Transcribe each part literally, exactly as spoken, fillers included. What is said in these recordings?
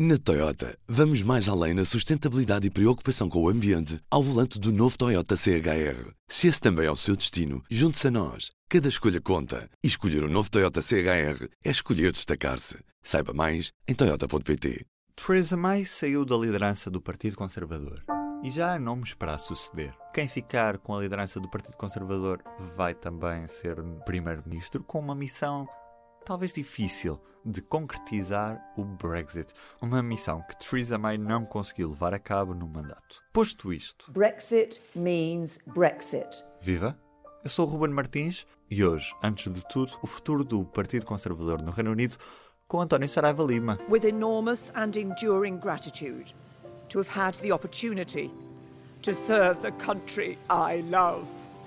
Na Toyota, vamos mais além na sustentabilidade e preocupação com o ambiente ao volante do novo Toyota C H R. Se esse também é o seu destino, junte-se a nós. Cada escolha conta. E escolher o novo Toyota C H R é escolher destacar-se. Saiba mais em toyota ponto pt. Theresa May saiu da liderança do Partido Conservador. E já há nomes para a suceder. Quem ficar com a liderança do Partido Conservador vai também ser primeiro-ministro, com uma missão talvez difícil de concretizar o Brexit. Uma missão que Theresa May não conseguiu levar a cabo no mandato. Posto isto... Brexit means Brexit. Viva! Eu sou o Ruben Martins e hoje, antes de tudo, o futuro do Partido Conservador no Reino Unido com António Saraiva Lima. With enormous and enduring gratitude to have had the opportunity to serve the country I love.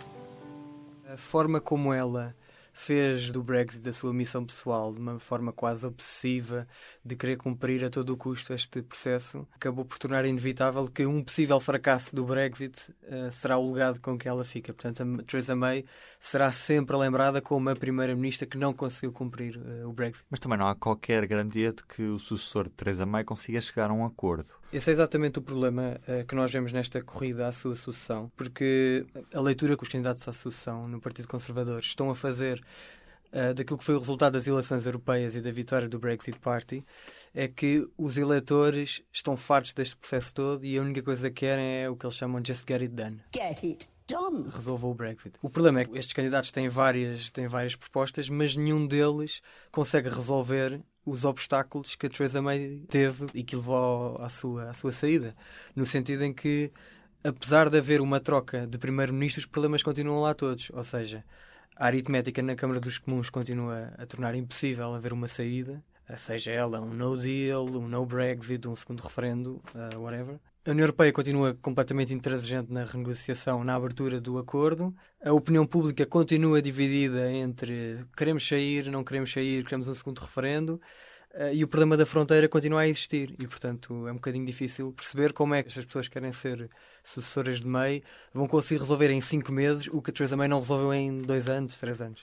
A forma como ela fez do Brexit a sua missão pessoal, de uma forma quase obsessiva, de querer cumprir a todo o custo este processo, acabou por tornar inevitável que um possível fracasso do Brexit uh, será o legado com que ela fica. Portanto, a Theresa May será sempre lembrada como a primeira-ministra que não conseguiu cumprir uh, o Brexit. Mas também não há qualquer garantia de que o sucessor de Theresa May consiga chegar a um acordo. Esse é exatamente o problema uh, que nós vemos nesta corrida à sua sucessão, porque a leitura que os candidatos à sucessão no Partido Conservador estão a fazer uh, daquilo que foi o resultado das eleições europeias e da vitória do Brexit Party é que os eleitores estão fartos deste processo todo e a única coisa que querem é o que eles chamam de just get it done. Get it done. Resolva o Brexit. O problema é que estes candidatos têm várias, têm várias propostas, mas nenhum deles consegue resolver os obstáculos que a Theresa May teve e que levou à sua, à sua saída. No sentido em que, apesar de haver uma troca de primeiro-ministro, os problemas continuam lá todos. Ou seja, a aritmética na Câmara dos Comuns continua a tornar impossível haver uma saída, seja ela um no deal, um no Brexit, um segundo referendo, uh, whatever. A União Europeia continua completamente intransigente na renegociação, na abertura do acordo. A opinião pública continua dividida entre queremos sair, não queremos sair, queremos um segundo referendo. E o problema da fronteira continua a existir. E, portanto, é um bocadinho difícil perceber como é que estas pessoas que querem ser sucessoras de May vão conseguir resolver em cinco meses o que a Theresa May não resolveu em dois anos, três anos.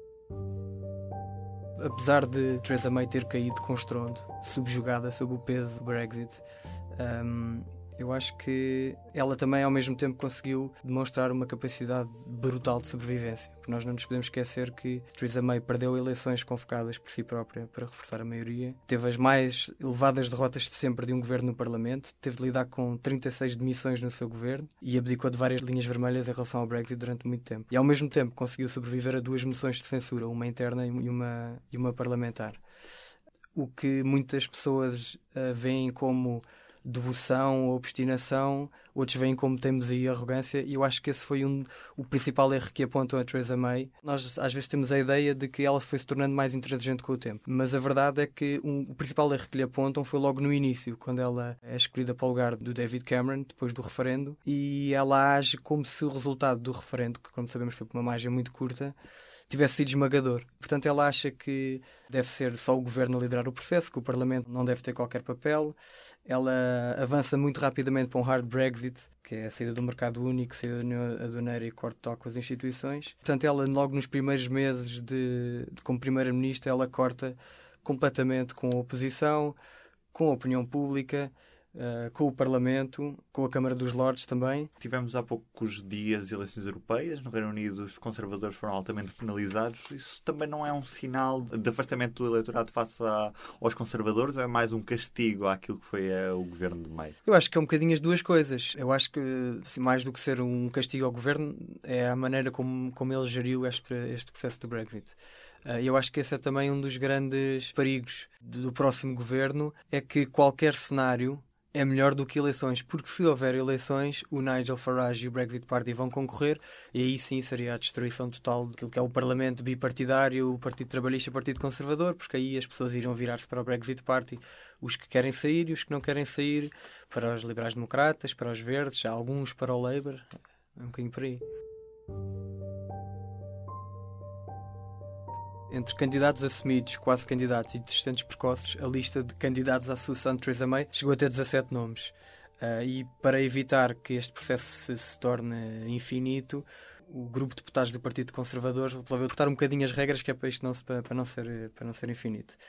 Apesar de Theresa May ter caído com estrondo, subjugada sob o peso do Brexit, um, eu acho que ela também ao mesmo tempo conseguiu demonstrar uma capacidade brutal de sobrevivência. Porque nós não nos podemos esquecer que Theresa May perdeu eleições convocadas por si própria para reforçar a maioria. Teve as mais elevadas derrotas de sempre de um governo no Parlamento. Teve de lidar com trinta e seis demissões no seu governo e abdicou de várias linhas vermelhas em relação ao Brexit durante muito tempo. E ao mesmo tempo conseguiu sobreviver a duas moções de censura, uma interna e uma, e uma parlamentar. O que muitas pessoas uh, veem como devoção ou obstinação, outros veem como teimosia e arrogância, e eu acho que esse foi um, o principal erro que apontam a Theresa May. Nós às vezes temos a ideia de que ela foi se tornando mais intransigente com o tempo, mas a verdade é que um, o principal erro que lhe apontam foi logo no início, quando ela é escolhida para o lugar do David Cameron, depois do referendo, e ela age como se o resultado do referendo, que como sabemos foi por uma margem muito curta, tivesse sido esmagador. Portanto, ela acha que deve ser só o governo a liderar o processo, que o Parlamento não deve ter qualquer papel. Ela avança muito rapidamente para um hard Brexit, que é a saída do mercado único, saída da União Aduaneira e corte total com as instituições. Portanto, ela logo nos primeiros meses de, de como Primeira-Ministra, ela corta completamente com a oposição, com a opinião pública, Uh, com o Parlamento, com a Câmara dos Lordes também. Tivemos há poucos dias eleições europeias. No Reino Unido os conservadores foram altamente penalizados. Isso também não é um sinal de afastamento do eleitorado face a, aos conservadores, ou é mais um castigo àquilo que foi uh, o governo de May? Eu acho que é um bocadinho as duas coisas. Eu acho que, assim, mais do que ser um castigo ao governo, é a maneira como, como ele geriu este, este processo do Brexit. E eu acho que esse é também um dos grandes perigos do próximo governo, é que qualquer cenário é melhor do que eleições, porque se houver eleições, o Nigel Farage e o Brexit Party vão concorrer, e aí sim seria a destruição total daquilo que é o Parlamento bipartidário, o Partido Trabalhista e o Partido Conservador, porque aí as pessoas iriam virar-se para o Brexit Party, os que querem sair e os que não querem sair, para os liberais-democratas, para os verdes, alguns para o Labour, é um bocadinho por aí. Entre candidatos assumidos, quase candidatos e desistentes precoces, a lista de candidatos à sucessão de Theresa May chegou a ter dezassete nomes. Uh, e para evitar que este processo se, se torne infinito, o grupo de deputados do Partido Conservador resolveu cortar um bocadinho as regras, que é para isto não, se, para, para não ser, para não ser infinito.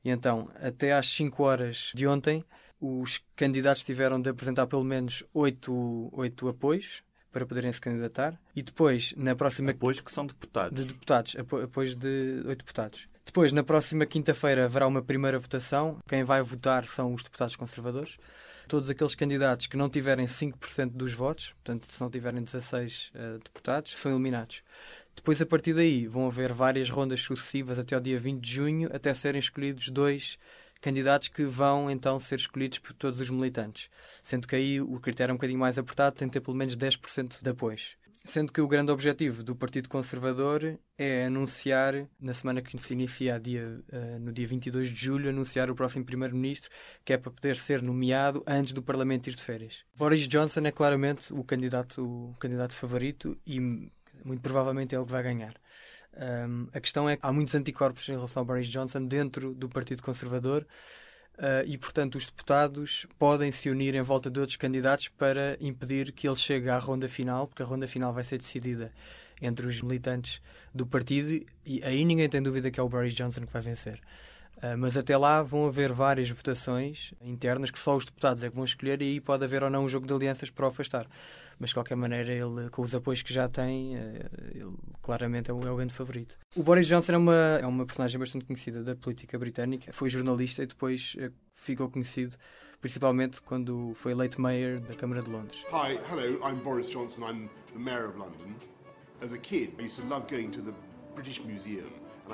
E então, até às cinco horas de ontem, os candidatos tiveram de apresentar pelo menos oito, oito apoios para poderem se candidatar. E depois, na próxima... Apoios que são deputados. De deputados, apo- apoios de oito deputados. Depois, na próxima quinta-feira, haverá uma primeira votação. Quem vai votar são os deputados conservadores. Todos aqueles candidatos que não tiverem cinco por cento dos votos, portanto, se não tiverem dezasseis uh, deputados, são eliminados. Depois, a partir daí, vão haver várias rondas sucessivas até ao dia vinte de junho, até serem escolhidos dois candidatos que vão, então, ser escolhidos por todos os militantes. Sendo que aí o critério é um bocadinho mais apertado, tem de ter pelo menos dez por cento de apoios. Sendo que o grande objetivo do Partido Conservador é anunciar, na semana que se inicia, dia, uh, no dia vinte e dois de julho, anunciar o próximo Primeiro-Ministro, que é para poder ser nomeado antes do Parlamento ir de férias. Boris Johnson é claramente o candidato, o candidato favorito e muito provavelmente é ele que vai ganhar. Um, a questão é que há muitos anticorpos em relação ao Boris Johnson dentro do Partido Conservador. Uh, e, portanto, os deputados podem se unir em volta de outros candidatos para impedir que ele chegue à ronda final, porque a ronda final vai ser decidida entre os militantes do partido e aí ninguém tem dúvida que é o Boris Johnson que vai vencer. Uh, mas até lá vão haver várias votações internas que só os deputados é que vão escolher e aí pode haver ou não um jogo de alianças para o afastar. Mas, de qualquer maneira, ele, com os apoios que já tem, uh, ele claramente é o, é o grande favorito. O Boris Johnson é uma, é uma personagem bastante conhecida da política britânica. Foi jornalista e depois uh, ficou conhecido principalmente quando foi eleito Mayor da Câmara de Londres. Hi, hello, I'm Boris Johnson, I'm the Mayor of London. As a kid, I used to love going to the British Museum.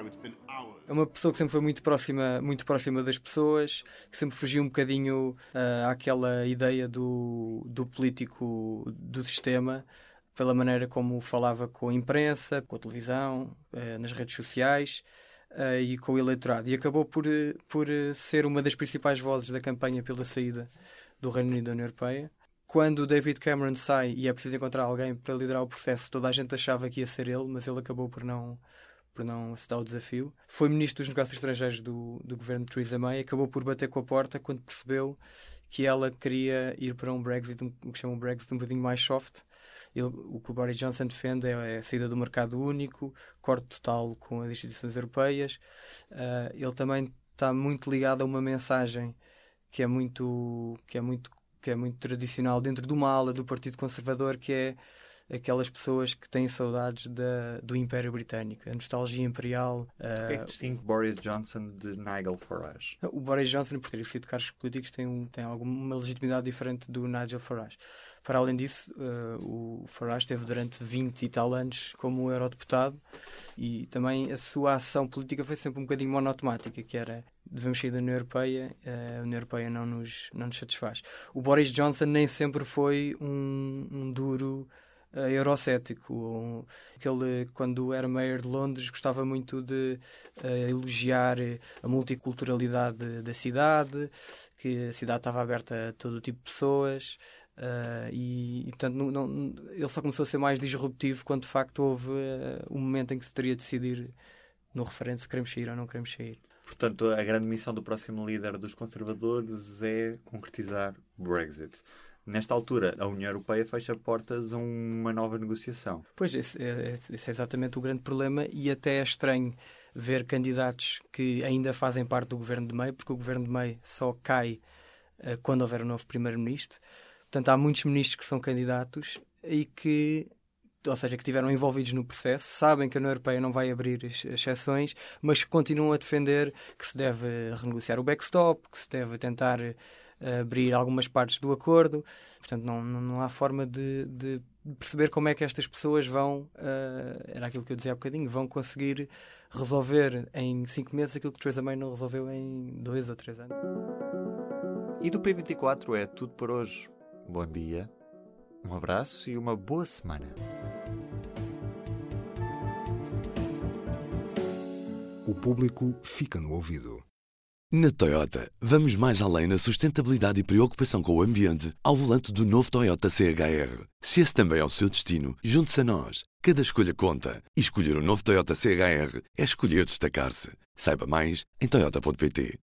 É uma pessoa que sempre foi muito próxima, muito próxima das pessoas, que sempre fugiu um bocadinho uh, àquela ideia do, do político do sistema, pela maneira como falava com a imprensa, com a televisão, uh, nas redes sociais uh, e com o eleitorado. E acabou por, por ser uma das principais vozes da campanha pela saída do Reino Unido da União Europeia. Quando o David Cameron sai e é preciso encontrar alguém para liderar o processo, toda a gente achava que ia ser ele, mas ele acabou por não... por não aceitar o desafio. Foi ministro dos negócios estrangeiros do, do governo de Theresa May, acabou por bater com a porta quando percebeu que ela queria ir para um Brexit, um, o que chamam um Brexit um bocadinho mais soft. Ele, o que o Boris Johnson defende é a saída do mercado único, corte total com as instituições europeias. Uh, ele também está muito ligado a uma mensagem que é muito, que é muito, que é muito tradicional dentro de uma ala do Partido Conservador, que é aquelas pessoas que têm saudades da, do Império Britânico, a nostalgia imperial. O que é que distingue Boris Johnson de Nigel Farage? O Boris Johnson, por ter sido cargos políticos, tem, um, tem alguma legitimidade diferente do Nigel Farage. Para além disso, uh, o Farage esteve durante vinte e tal anos como eurodeputado e também a sua ação política foi sempre um bocadinho monotemática, que era devemos sair da União Europeia, a União Europeia não nos, não nos satisfaz. O Boris Johnson nem sempre foi um, um duro Uh, eurocético. Ele, quando era Mayor de Londres, gostava muito de uh, elogiar a multiculturalidade da cidade, que a cidade estava aberta a todo tipo de pessoas uh, e, e, portanto, não, não, ele só começou a ser mais disruptivo quando, de facto, houve uh, um momento em que se teria de decidir no referendo se queremos sair ou não queremos sair. Portanto, a grande missão do próximo líder dos conservadores é concretizar o Brexit. Nesta altura, a União Europeia fecha portas a uma nova negociação. Pois, esse é, esse é exatamente o grande problema e até é estranho ver candidatos que ainda fazem parte do governo de May, porque o governo de May só cai uh, quando houver um novo primeiro-ministro. Portanto, há muitos ministros que são candidatos e que, ou seja, que estiveram envolvidos no processo, sabem que a União Europeia não vai abrir exceções, mas continuam a defender que se deve renegociar o backstop, que se deve tentar abrir algumas partes do acordo. Portanto, não, não, não há forma de, de perceber como é que estas pessoas vão, uh, era aquilo que eu dizia há bocadinho, vão conseguir resolver em cinco meses aquilo que Theresa May não resolveu em dois ou três anos. E do P vinte e quatro é tudo por hoje. Bom dia, um abraço e uma boa semana. O público fica no ouvido. Na Toyota, vamos mais além na sustentabilidade e preocupação com o ambiente ao volante do novo Toyota C H R. Se esse também é o seu destino, junte-se a nós. Cada escolha conta. E escolher o novo Toyota C H R é escolher destacar-se. Saiba mais em toyota ponto pt.